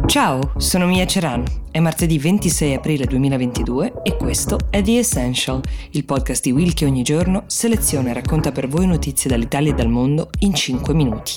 Ciao, sono Mia Ceran. È martedì 26 aprile 2022 e questo è The Essential, il podcast di Will che ogni giorno seleziona e racconta per voi notizie dall'Italia e dal mondo in 5 minuti.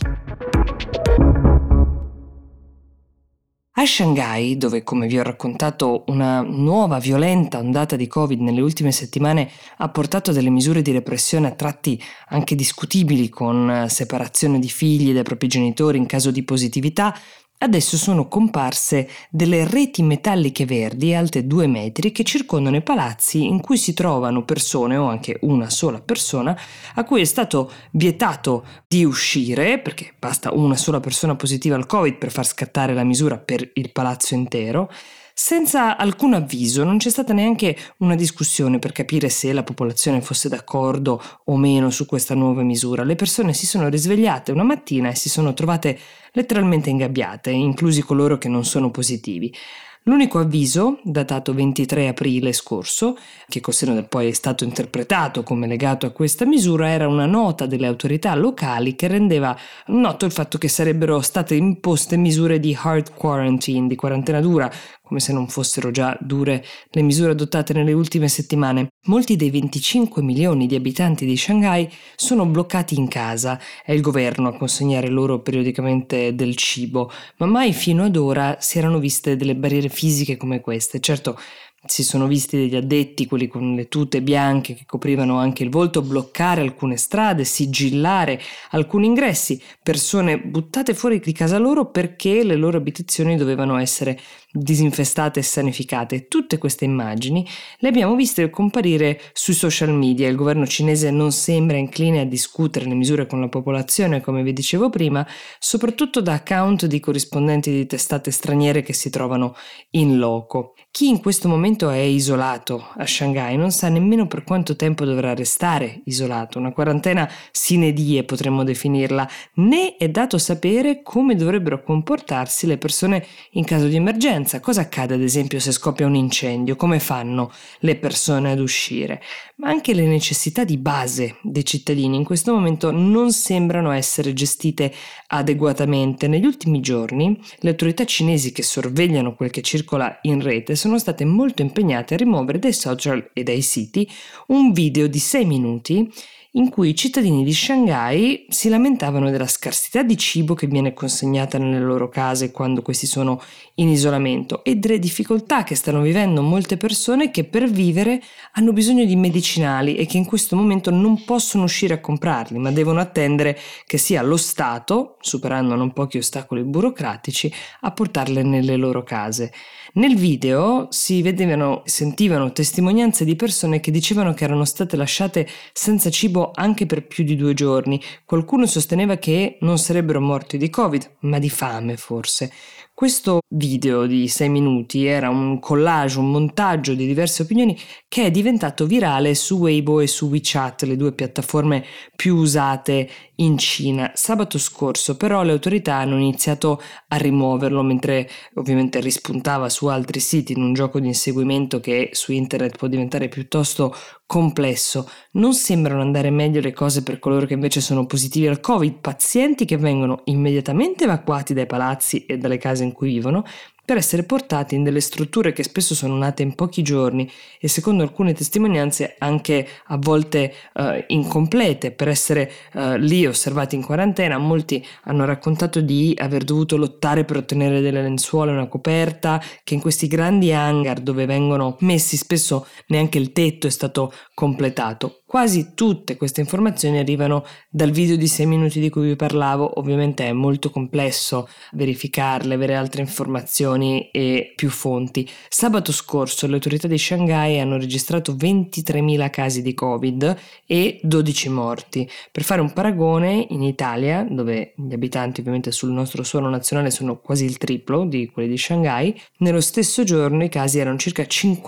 A Shanghai, dove, come vi ho raccontato, una nuova violenta ondata di Covid nelle ultime settimane ha portato delle misure di repressione a tratti anche discutibili, con separazione di figli dai propri genitori in caso di positività, adesso sono comparse delle reti metalliche verdi alte 2 metri che circondano i palazzi in cui si trovano persone, o anche una sola persona, a cui è stato vietato di uscire, perché basta una sola persona positiva al Covid per far scattare la misura per il palazzo intero. Senza alcun avviso, non c'è stata neanche una discussione per capire se la popolazione fosse d'accordo o meno su questa nuova misura. Le persone si sono risvegliate una mattina e si sono trovate letteralmente ingabbiate, inclusi coloro che non sono positivi. L'unico avviso, datato 23 aprile scorso, che col senno del poi è stato interpretato come legato a questa misura, era una nota delle autorità locali che rendeva noto il fatto che sarebbero state imposte misure di hard quarantine, di quarantena dura, come se non fossero già dure le misure adottate nelle ultime settimane. Molti dei 25 milioni di abitanti di Shanghai sono bloccati in casa. È il governo a consegnare loro periodicamente del cibo, ma mai fino ad ora si erano viste delle barriere fisiche come queste. Certo, si sono visti degli addetti, quelli con le tute bianche che coprivano anche il volto, bloccare alcune strade, sigillare alcuni ingressi, persone buttate fuori di casa loro perché le loro abitazioni dovevano essere disinfestate e sanificate. Tutte queste immagini le abbiamo viste comparire sui social media. Il governo cinese non sembra incline a discutere le misure con la popolazione, come vi dicevo prima, soprattutto da account di corrispondenti di testate straniere che si trovano in loco. Chi in questo momento è isolato a Shanghai non sa nemmeno per quanto tempo dovrà restare isolato, una quarantena sine die potremmo definirla, né è dato sapere come dovrebbero comportarsi le persone in caso di emergenza. Cosa accade ad esempio se scoppia un incendio? Come fanno le persone ad uscire? Ma anche le necessità di base dei cittadini in questo momento non sembrano essere gestite adeguatamente. Negli ultimi giorni le autorità cinesi che sorvegliano quel che circola in rete sono state molto impegnate a rimuovere dai social e dai siti un video di 6 minuti in cui i cittadini di Shanghai si lamentavano della scarsità di cibo che viene consegnata nelle loro case quando questi sono in isolamento e delle difficoltà che stanno vivendo molte persone che per vivere hanno bisogno di medicinali e che in questo momento non possono uscire a comprarli, ma devono attendere che sia lo Stato, superando non pochi ostacoli burocratici, a portarle nelle loro case. Nel video si vedevano e sentivano testimonianze di persone che dicevano che erano state lasciate senza cibo anche per più di 2 giorni. Qualcuno sosteneva che non sarebbero morti di Covid, ma di fame forse. Questo video di 6 minuti era un collage, un montaggio di diverse opinioni che è diventato virale su Weibo e su WeChat, le 2 piattaforme più usate in Cina. Sabato scorso però le autorità hanno iniziato a rimuoverlo, mentre ovviamente rispuntava su altri siti in un gioco di inseguimento che su internet può diventare piuttosto complesso. Non sembrano andare meglio le cose per coloro che invece sono positivi al Covid, pazienti che vengono immediatamente evacuati dai palazzi e dalle case in cui vivono per essere portati in delle strutture che spesso sono nate in pochi giorni e secondo alcune testimonianze anche a volte incomplete per essere lì osservati in quarantena. Molti hanno raccontato di aver dovuto lottare per ottenere delle lenzuola e una coperta, che in questi grandi hangar dove vengono messi spesso neanche il tetto è stato completato. Quasi tutte queste informazioni arrivano dal video di 6 minuti di cui vi parlavo. Ovviamente è molto complesso verificarle, avere altre informazioni e più fonti. Sabato scorso le autorità di Shanghai hanno registrato 23.000 casi di Covid e 12 morti. Per fare un paragone, in Italia, dove gli abitanti ovviamente sul nostro suolo nazionale sono quasi il triplo di quelli di Shanghai, nello stesso giorno i casi erano circa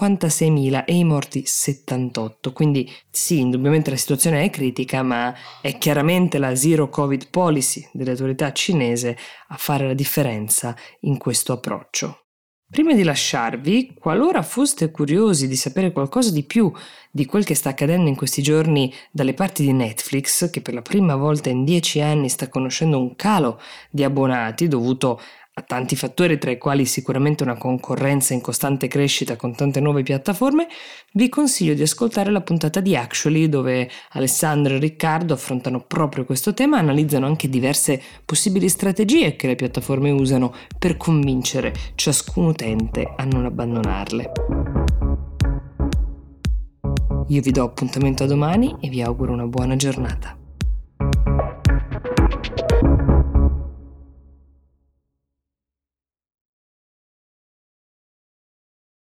56.000 e i morti 78. Quindi sì, indubbiamente la situazione è critica, ma è chiaramente la Zero Covid Policy delle autorità cinese a fare la differenza in questo approccio. Prima di lasciarvi, qualora foste curiosi di sapere qualcosa di più di quel che sta accadendo in questi giorni dalle parti di Netflix, che per la prima volta in 10 anni sta conoscendo un calo di abbonati dovuto a tanti fattori, tra i quali sicuramente una concorrenza in costante crescita con tante nuove piattaforme, vi consiglio di ascoltare la puntata di Actually, dove Alessandro e Riccardo affrontano proprio questo tema e analizzano anche diverse possibili strategie che le piattaforme usano per convincere ciascun utente a non abbandonarle. Io vi do appuntamento a domani e vi auguro una buona giornata.